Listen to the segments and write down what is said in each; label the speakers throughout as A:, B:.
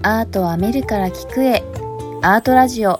A: アートは見るから聞くへ。アートラジオ。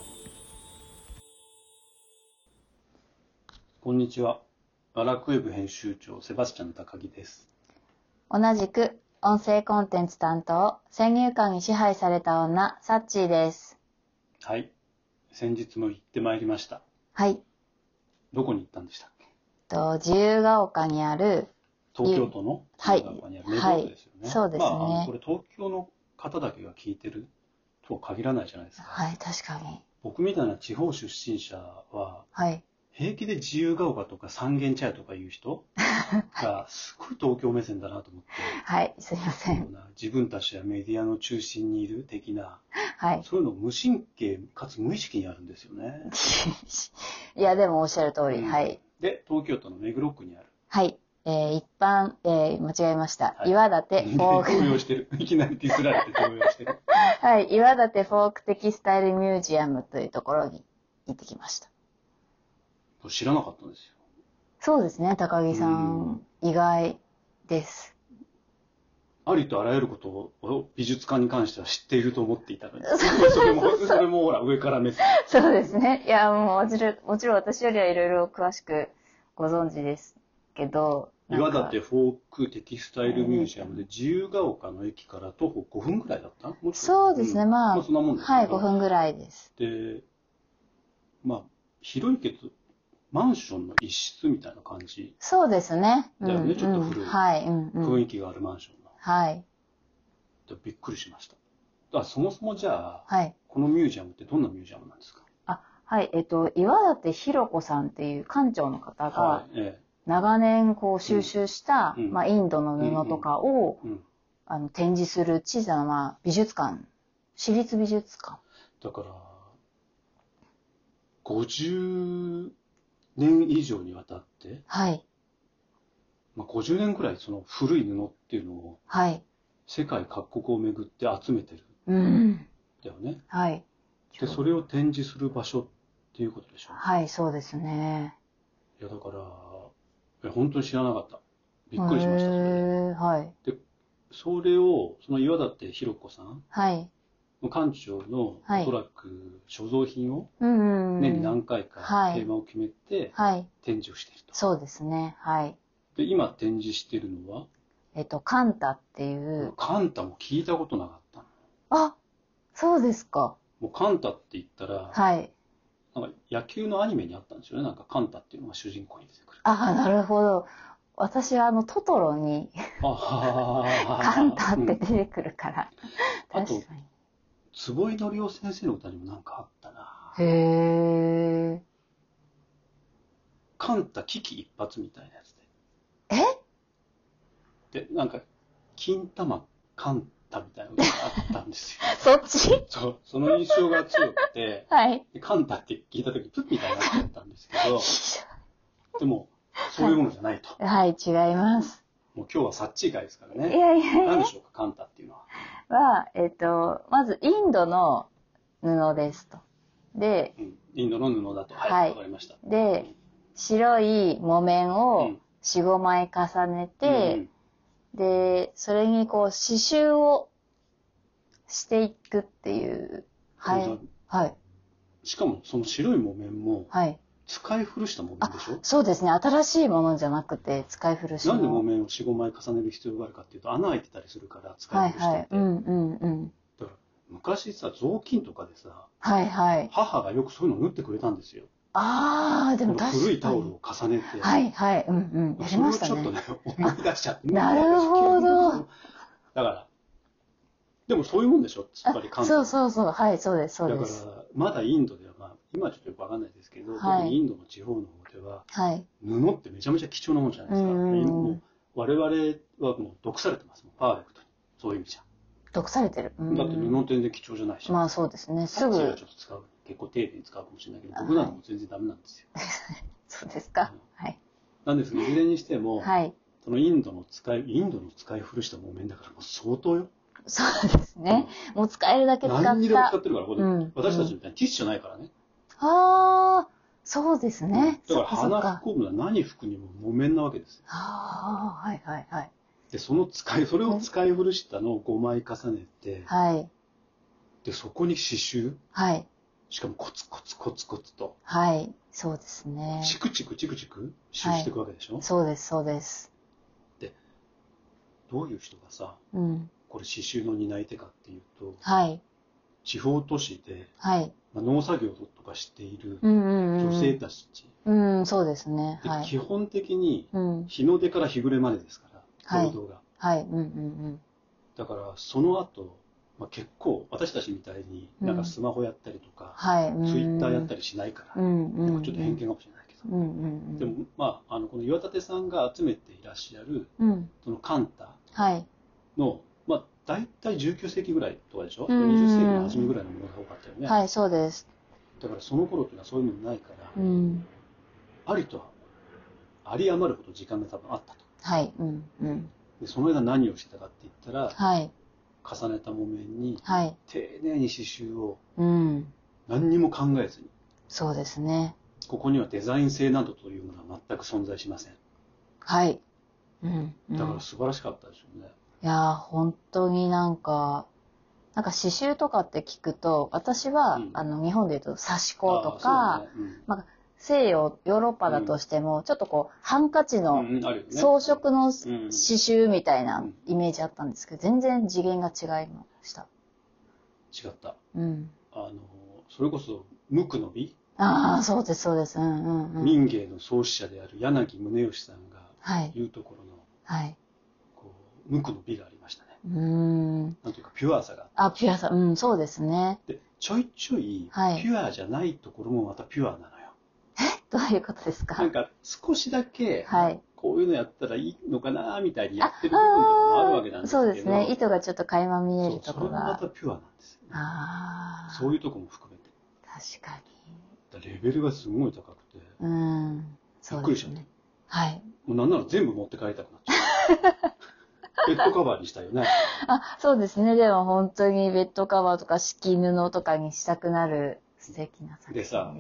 B: こんにちは。アラクウェブ編集長セバスチャン高木です。
A: 同じく音声コンテンツ担当、先入観に支配された女、サッチーです。
B: はい。先日も行ってまいりました。
A: はい。
B: どこに行ったんでしたっけ？
A: 自由が丘にある
B: 東京都の自由が丘にある目黒区ですよね。
A: はい、そうですね。
B: これ東京の方だけが聞いてるとは限らないじゃないですか。
A: はい、確かに。
B: 僕みたいな地方出身者は、
A: はい。
B: 平気で自由が丘とか三軒茶屋とかいう人がすごい東京目線だなと思って。
A: はい、すいません。
B: 自分たちはメディアの中心にいる的な、
A: はい、
B: そういうの無神経かつ無意識にあるんですよね。
A: いや、でもおっしゃる通り、はい。
B: で、東京都の目黒区にある。
A: はい。一般、間違えました。
B: はい、
A: 岩立フォーク。
B: 動揺してる。いきなりディスられて動揺してる。
A: はい。岩立フォークテキスタイルミュージアムというところに行ってきました。
B: 知らなかったんですよ。
A: そうですね、高木さん。意外です。
B: ありとあらゆることを美術館に関しては知っていると思っていたのに。それもほら、上から目線。
A: そうですね。いや、もうもちろん私よりはいろいろ詳しくご存知ですけど。
B: 岩立フォークテキスタイルミュージアムで自由が丘の駅から徒歩5分ぐらいだった？
A: そうですね、まあ
B: そんなもんですね。
A: はい、5分ぐらいです。
B: で、広いけど、マンションの一室みたいな感じ。
A: そうですね。
B: だよね、ちょっと古い。
A: はい、
B: 雰囲気があるマンションの。
A: はい。
B: でびっくりしました。そもそもじゃあ、
A: はい、
B: このミュージアムってどんなミュージアムなんですか？
A: はい、岩立弘子さんっていう館長の方が、長年こう収集した、インドの布とかを、展示する小さな、美術館、私立美術館。
B: だから、50年以上にわたって、
A: はい。
B: 50年くらいその古い布っていうのを、
A: はい。
B: 世界各国を巡って集めてる。だよね。
A: はい。
B: で、それを展示する場所っていうことでしょう。
A: はい、そうですね。
B: いや、だから、本当に知らなかった。びっくりしました、それで。
A: はい。
B: で、それを、その岩立弘子さん、
A: はい。
B: 館長のおそらく所蔵品を年に何回かテーマを決めて展示をしていると。
A: そうですね。はい。
B: で、今展示しているのは
A: カンタっていう。
B: カンタも聞いたことなかったの。
A: あ、そうですか。
B: もうカンタって言ったら、
A: はい。
B: なんか野球のアニメにあったんですよね。なんかカンタっていうのが主人公に出てくる。
A: なるほど。私はトトロにカンタって出てくるから。確かに。
B: 坪井紀夫先生の歌にもなんかあったな。
A: へー。
B: カンタ危機一髪みたいなやつで。で、なんか、金玉カンタみたいなのがあったんですよ。
A: そっち？
B: そう、その印象が強くて、
A: はい。
B: カンタって聞いたとき、プッみたいになっちゃったんですけど、でも、そういうものじゃないと。
A: はい、違います。
B: もう今日はサッチー会ですからね。
A: いやいやいや。
B: 何でしょうか、カンタっていうのは。
A: まずインドの布ですと。で、
B: インドの布だと。はい、わかりました。
A: で、白い木綿を4、5枚重ねて、で、それにこう刺繍をしていくっていう。はい。はい。
B: しかもその白い木綿も、
A: はい。
B: 使い古した木綿でしょ？
A: そうですね。新しいものじゃなくて、使い古しの。
B: なんで木綿を4、5枚重ねる必要があるかっていうと、穴開いてたりするから使い古してて。だから昔さ、雑巾とかでさ、母がよくそういうのを縫ってくれたんですよ。
A: でも確かに。
B: 古いタオルを重ねて。
A: やりましたね。
B: それをちょっとね、思い出しちゃって。
A: なるほど。
B: だから、でもそういうもんでしょ？つまり関東。
A: そう。はい、そうです、そうです。
B: だから、まだインドでは、今ちょっとよくわかんないですけど、特にインドの地方の方では、布ってめちゃめちゃ貴重なものじゃないですか。我々はもう毒されてますもん、パーフェクトに。そういう意味じゃ。
A: 毒されてる。
B: だって布全然貴重じゃないし。
A: まあそうですね。すぐ。
B: ちょっと使う。結構丁寧に使うかもしれないけど、僕なんかも全然ダメなんですよ。
A: そうですか。はい。
B: なんですけど、いずれにしても、そのインドの使い古した木綿だからもう相当よ。
A: そうですね。もう使えるだけ使った。
B: 何にでも使ってるから、私たちみたいにティッシュないからね。
A: そうですね。
B: だから鼻吹くのは何吹くにも木綿なわけですよ。
A: はい。
B: で、それを使い古したのを5枚重ねて、 で、そこに刺繍。
A: はい。
B: しかもコツコツコツコツと。
A: はい。そうですね。
B: チクチクチクチク刺繍していくわけでしょ、
A: そうです、そうです。
B: で、どういう人がさ、
A: これ
B: 刺繍の担い手かっていうと、
A: はい。
B: 地方都市で、
A: はい。
B: 農作業とかしている女性たち。
A: そうですね。
B: はい。基本的に、日の出から日暮れまでですから、労働が。
A: はい。
B: だから、その後、結構、私たちみたいに、なんかスマホやったりとか、ツイッターやったりしないから、ちょっと偏見かもしれないけど。でも、この岩立さんが集めていらっしゃる、そのカンタの、大体19世紀ぐらいとかでしょ、20世紀の初めぐらいのものが多かったよね。
A: はい、そうです。
B: だからその頃っていうのはそういうのないから、ありとあり余るほど時間が多分あったと。
A: はい。
B: でその間何をしてたかって言ったら、重ねた木綿に、丁寧に刺繍を、何にも考えずに。
A: そうですね。
B: ここにはデザイン性などというものは全く存在しません。
A: はい。
B: だから素晴らしかったでしょうね。
A: いやー、本当になんか刺繍とかって聞くと、私は、日本でいうと刺し子とか、西洋、ヨーロッパだとしても、ちょっとこう、ハンカチの装飾の刺繍みたいなイメージあったんですけど、全然次元が違いました。
B: 違った。それこそ、無垢の美。
A: ああ、そうです、そうです。
B: 民芸の創始者である柳宗悦さんが言うところの、無垢の美がありましたね。なんというかピュアさが。
A: ピュアさ、そうですね。
B: で、ちょいちょい、ピュアじゃないところもまたピュアなのよ。
A: どういうことですか？
B: なんか少しだけ、こういうのやったらいいのかなみたいにやってる部分とかもあるわけなんですけど。
A: そうですね。糸がちょっと垣間見えるところが。
B: それもまたピュアなんですよね。そういうとこも含めて。
A: 確か
B: に。レベルがすごい高くて。びっくりしちゃった。
A: はい。
B: もうなんなら全部持って帰りたくなっちゃう。ベッドカバーにしたよね。
A: そうですね。でも本当にベッドカバーとか敷布とかにしたくなる素敵な作品で。
B: でさ、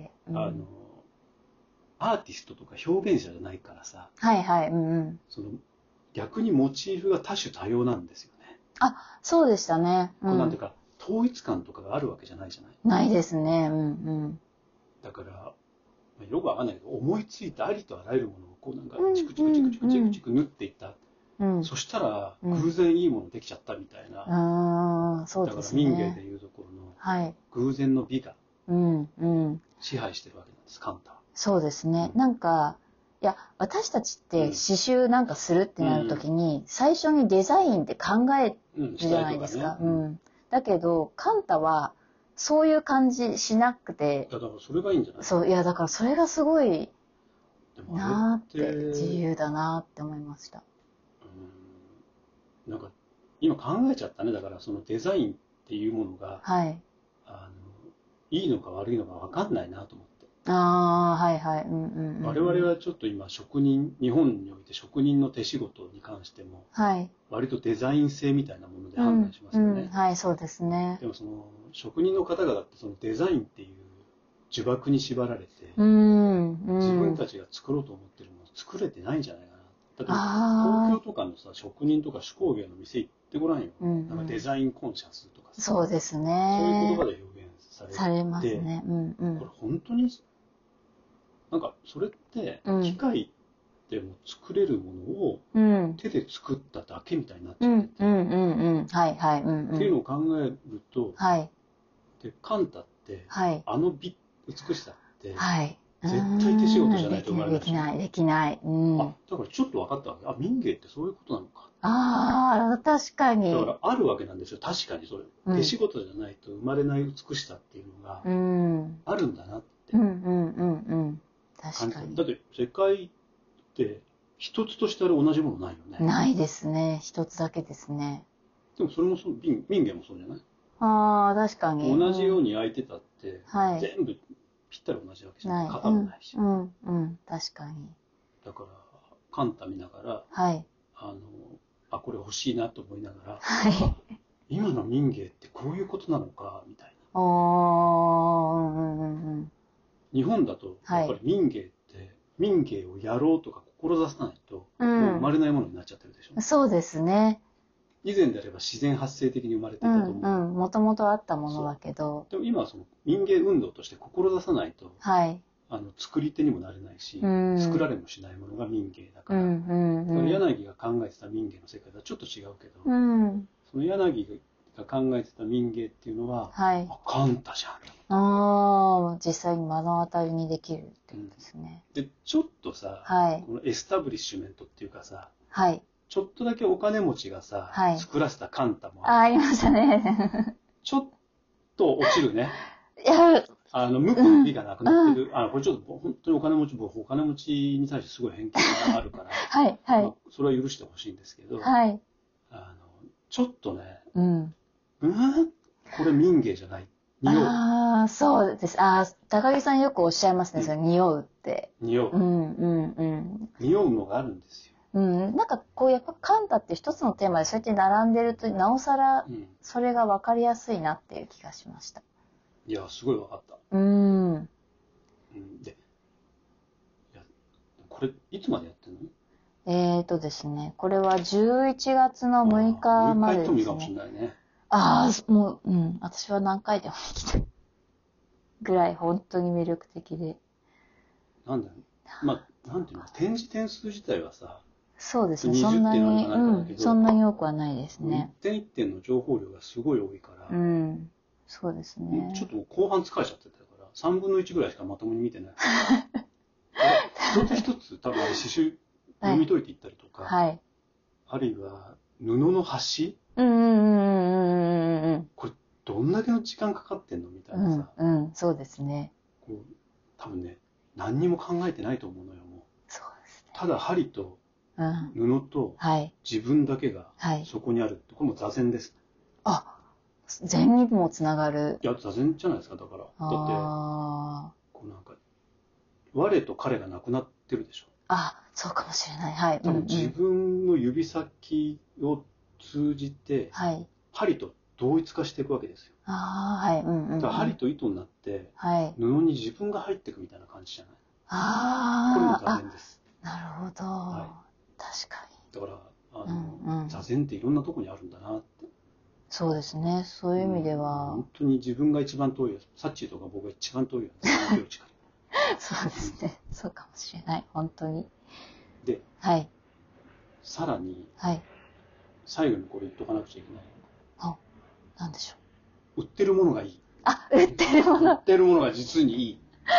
B: アーティストとか表現者じゃないからさ、その逆にモチーフが多種多様なんですよね。
A: そうでしたね。
B: なんていうか、統一感とかがあるわけじゃないじゃない。
A: ないですね。
B: だから、よくわかんないけど、思いついたありとあらゆるものをこうなんかチクチクチクチクチクチク縫っていった。そしたら偶然いいものできちゃったみたいな。
A: そうですね。
B: だから民芸でいうところの偶然の美が支配してるわけなんです、カンタは。
A: そうですね。なんか、いや、私たちって刺繍なんかするってなるときに、最初にデザインって考えるじゃないですか。だけど、カンタはそういう感じしなくて。
B: だからそれがいいんじゃない？
A: そう、いや、だからそれがすごいなーって、自由だなって思いました。
B: なんか今考えちゃったね。だからそのデザインっていうものが、いいのか悪いのか分かんないなと思って。我々はちょっと今日本において職人の手仕事に関しても、割とデザイン性みたいなもので判断しますよね。
A: そうですね。
B: でもその職人の方々ってそのデザインっていう呪縛に縛られて、自分たちが作ろうと思ってるものを作れてないんじゃないかな。だって東京とかのさ、職人とか手工芸の店行ってごらんよ。なんかデザインコンシャスとかさ。
A: そうですね。
B: そういう言葉で表現されて
A: ますね。
B: これ本当に、なんかそれって機械でも作れるものを手で作っただけみたいになっちゃってて。っていうのを考えると、でカンタって、美しさって、絶対手仕事じゃないと生まれない。
A: できない。
B: だからちょっと分かったわけ。民芸ってそういうことなのか。
A: 確かに。
B: だからあるわけなんですよ。確かにそれ。手仕事じゃないと生まれない美しさっていうのがあるんだなって。
A: 確かに。
B: だって世界って一つとしてある同じものないよね。
A: ないですね。一つだけですね。
B: でもそれも民芸もそうじゃない？
A: 確かに。
B: 同じように焼いてたって、全部ぴったり同じわけじゃない。型もないし。
A: 確かに。
B: だから、カンタ見ながら、これ欲しいなと思いながら、今の民芸ってこういうことなのか、みたいな。日本だと、やっぱり民芸って、民芸をやろうとか志さないと、もう生まれないものになっちゃってるでしょ。
A: そうですね。
B: 以前であれば自然発生的に生まれていたと思う。
A: もともとあったものだけど。
B: でも今はその民芸運動として志さないと、
A: はい、
B: 作り手にもなれないし、作られもしないものが民芸だから、柳が考えてた民芸の世界とはちょっと違うけど、その柳が考えてた民芸っていうのは、カンタじゃ
A: ん。実際に目の当たりにできるってことですね。
B: で、ちょっとさ、このエスタブリッシュメントっていうかさ、ちょっとだけお金持ちがさ、作らせたカンタも
A: ありましたね。
B: ちょっと落ちるね。
A: いや、
B: 無垢の美がなくなってる。これちょっと本当にお金持ちに対してすごい偏見があるから、それは許してほしいんですけど、ちょっとね、これ民芸じゃない。匂う。
A: そうです。高木さんよくおっしゃいますね、それ匂うって。
B: 匂う。匂うのがあるんですよ。
A: なんかこうやっぱカンタって一つのテーマでそうやって並んでるとなおさらそれが分かりやすいなっていう気がしました。
B: いやすごい分かった。で、いやこれいつまでやってる
A: の？ですね、これは11月の6日までですね。
B: 6日かもしれないね。
A: もう私は何回でも行きたいぐらい本当に魅力的で。
B: なんだよ。なんていうの、展示点数自体はさ。
A: そうですね。そんなに多くはないですね。
B: 一点一点の情報量がすごい多いから。
A: そうですね。
B: ちょっと後半疲れちゃってたから、3分の1ぐらいしかまともに見てない。一つ一つ多分刺繍読み解いていったりとか、あるいは布の端、これどんだけの時間かかってんのみたいなさ。
A: そうですね。
B: 多分ね、何にも考えてないと思うのよ、もう。
A: そうですね。
B: ただ針と布と自分だけがそこにあるって、これも座禅です。
A: 禅にもつながる。
B: いや、座禅じゃないですか、だから。だって、こうなんか、我と彼がなくなってるでしょ。
A: そうかもしれない。
B: 自分の指先を通じて、針と同一化していくわけですよ。だから針と糸になって、布に自分が入っていくみたいな感じじゃない。これも座禅です。
A: なるほど。確か
B: に。だから、座禅っていろんなとこにあるんだなって。
A: そうですね。そういう意味では。
B: 本当に自分が一番遠いよ。サッチーとか僕が一番遠いよ。
A: そうですね。そうかもしれない。本当に。
B: で、さらに、最後にこれ言っとかなくちゃいけない。
A: なんでしょ
B: う。売ってるものがいい。
A: 売ってるもの。
B: 売ってるものが実にいい。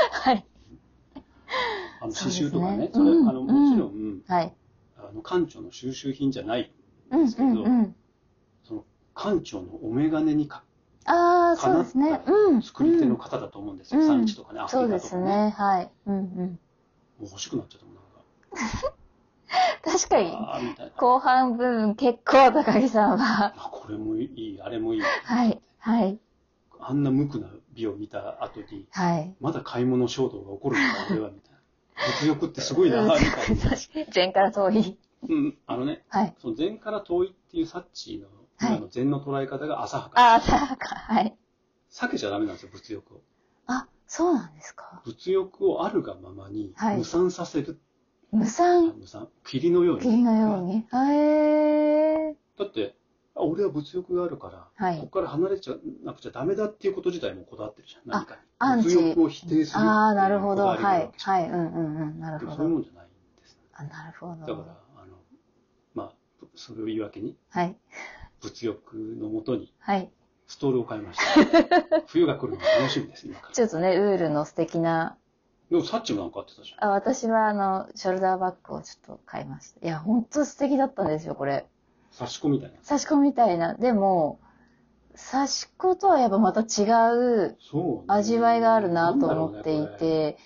B: 刺繍とかね、それもちろん、館長の収集品じゃないんですけど、その館長のお眼鏡にかなった作り手の方だと思うんですよ。産地とかね、アフリカとかね。もう欲しくなっちゃったもん、なんか。
A: 確かに、後半部分結構高木さんは。
B: これもいい、あれもいい。あんな無垢な美を見た後に、まだ買い物衝動が起こるのか、俺は、みたいな。物欲ってすごいな、みたいな。
A: 禅から遠い。
B: その禅から遠いっていうサッチーの、今の禅の捉え方が浅はか。
A: 浅はか。
B: 避けちゃダメなんですよ、物欲を。
A: そうなんですか。
B: 物欲をあるがままに無産させる。
A: 無産？
B: 霧のように。
A: 霧のように。
B: だって、俺は物欲があるから、ここから離れちゃなくちゃダメだっていうこと自体もこだわってるじゃん。何かに。物欲を否定するっていうこ
A: なるほど。
B: なるほど。
A: なるほど。
B: そういうもんじゃないんです。
A: なるほど。
B: だから、それを言い訳に、物欲のもとに、ストールを買いました。冬が来るのが楽しみです、今から。
A: ちょっとね、ウールの素敵な。
B: でも、サッチもなんか買ってたじゃん。
A: 私は、ショルダーバッグをちょっと買いました。いや、ほんと素敵だったんですよ、これ。
B: 刺し子みたいな。
A: 刺し子みたいな。でも、刺し子とはやっぱまた違う味わいがあるなと思っていて、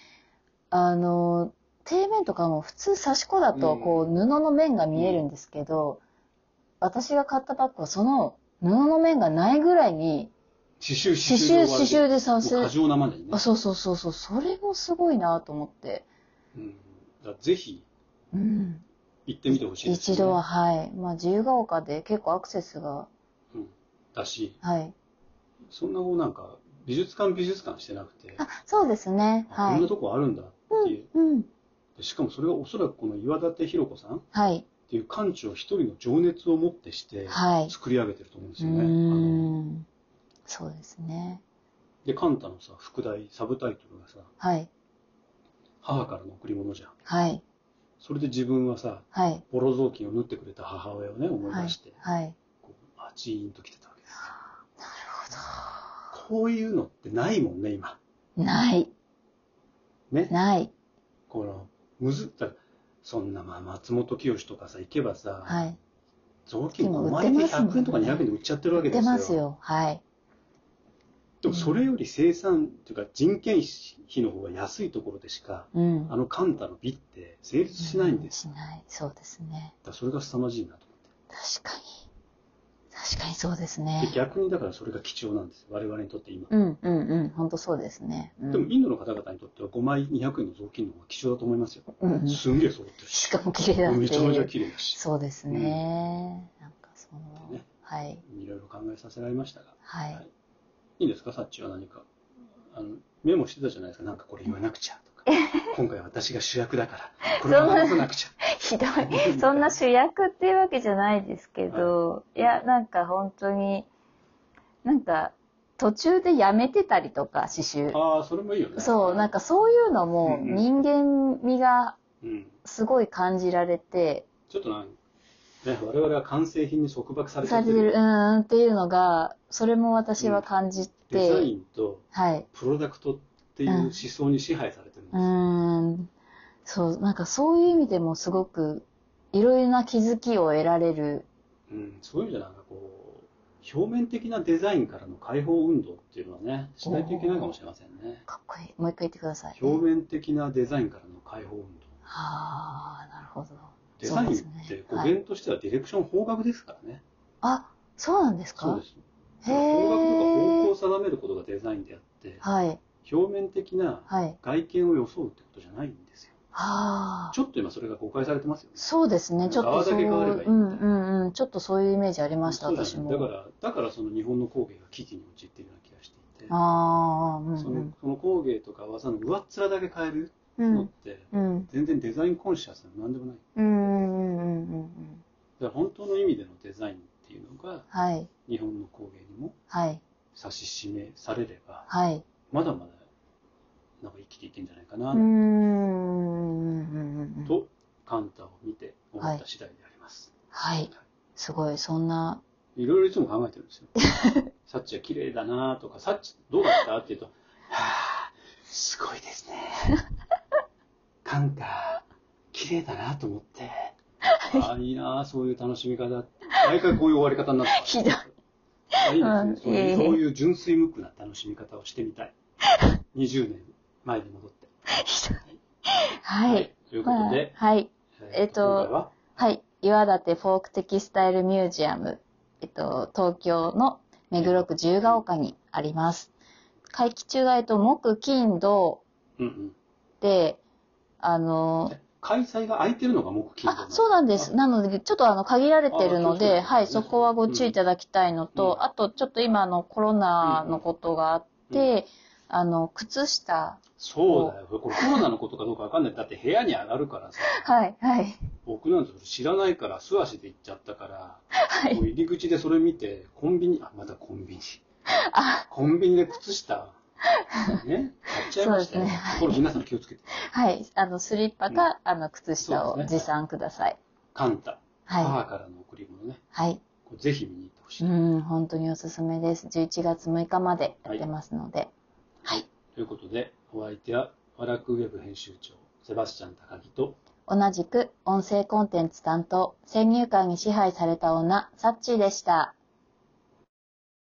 A: 底面とかも普通刺し子だとこう布の面が見えるんですけど、私が買ったバッグはその布の面がないぐらいに刺繍で刺す。
B: 過剰なまでにね。
A: そう。それもすごいなと思って。
B: ぜひ、行ってみてほしいですね。
A: 一度は、自由が丘で結構アクセスが。
B: だし、そんななんか、美術館してなくて。
A: そうですね。
B: こんなとこあるんだっていう。しかもそれがおそらくこの岩立弘子さんっっていう館長一人の情熱をもってして作り上げてると思うんですよね。
A: そうですね。
B: で、カンタのさ、副題、サブタイトルがさ、
A: はい、
B: 母からの贈り物じゃん。
A: はい。
B: それで自分はさ、
A: はい、
B: ボロ雑巾を縫ってくれた母親をね、思い出して、
A: はい、
B: こうジーンと来てたわけです。
A: なるほ
B: ど。こういうのってないもんね、今。
A: ない。
B: ね。
A: ない。
B: この、そんな松本清とかさ、行けばさ、
A: はい、
B: 雑巾5枚で100円とか200円で売っちゃってるわけですよ。
A: 売ってますよ。はい。
B: でもそれより生産というか人件費の方が安いところでしか、あのカンタの美って成立しないんです。
A: しない。そうですね。
B: だそれが凄まじいなと思って。
A: 確かに。確かにそうですね。
B: で逆にだからそれが貴重なんです。我々にとって今。
A: 本当そうですね。
B: でもインドの方々にとっては5枚200円の雑巾の方が貴重だと思いますよ。すんげえ揃ってるし。
A: しかも綺麗だって。
B: めちゃめちゃ綺麗だし。
A: そうですね。なんかその、
B: ね、
A: はい。
B: いろいろ考えさせられましたが。
A: はい。
B: いいですか、サッチは何か。メモしてたじゃないですか。なんかこれ言わなくちゃとか。今回私が主役だから、これは話さなくちゃ。
A: ひどい。そんな主役っていうわけじゃないですけど、いや、なんか本当に、なんか途中でやめてたりとか、刺繍。
B: ああ、それもいいよね。
A: そう、なんかそういうのも人間味がすごい感じられて。
B: ちょっとね、我々は完成品に束縛されてる。
A: っていうのが、それも私は感じて。
B: デザインとプロダクトっていう思想に支配されてるんです。
A: そう、なんかそういう意味でもすごくいろいろな気づきを得られる。
B: そういう意味でなんかこう、表面的なデザインからの解放運動っていうのはね、しないといけないかもしれませんね。
A: かっこいい。もう一回言ってください。
B: 表面的なデザインからの解放運動。
A: はあ、なるほど。
B: デザインって語源としてはディレクション方角ですからね。
A: あ、そうなんですか？
B: そうです。方角とか方向を定めることがデザインであって、表面的な外見を装うってことじゃないんですよ。ちょっと今それが誤解されてますよね。
A: そうですね。ちょっとそう、ちょっとそういうイメージありました、私も。
B: だからその日本の工芸が危機に陥っているような気がしていて、その工芸とか技の上っ面だけ変えるのって、全然デザインコンシャスななんでもない。だから本当の意味でのデザインっていうのが、日本の工芸にも指し示されれば、まだまだなんか生きていけんじゃないかなとカンタを見て思った次第であります。
A: はい。すごい、そんな。
B: いろいろいつも考えてるんですよ。サッチは綺麗だなとか、サッチどうだったって言うと、はあ、すごいですね。カンタ、綺麗だなと思って。ああ、いいなそういう楽しみ方。毎回こういう終わり方になってます。
A: ひどい。
B: いいですね。そういう純粋無垢な楽しみ方をしてみたい。20年前に戻って。
A: はい。
B: ということで。
A: はい。今回は岩立フォークテキスタイルミュージアム。東京の目黒区自由が丘にあります。会期中が木、金、土で、
B: 開催が空いてるのが木、金、土。
A: そうなんです。なので、ちょっと限られてるので、そこはご注意いただきたいのと、あと、ちょっと今コロナのことがあって、靴下。
B: そうだよ。これコロナのことかどうかわかんない。だって部屋に上がるからさ。僕なんて知らないから素足で行っちゃったから、入り口でそれ見て、またコンビニ。コンビニで靴下、ね、買っちゃいましたよ。これ皆さん気をつけて。
A: スリッパか、靴下を持参ください。
B: カンタ。母からの贈り物ね。ぜひ見に行ってほしい。
A: 本当におすすめです。11月6日までやってますので。
B: ということで、お相手は、ワラクウェブ編集長、セバスチャン高木と、
A: 同じく音声コンテンツ担当、先入観に支配された女、サッチーでした。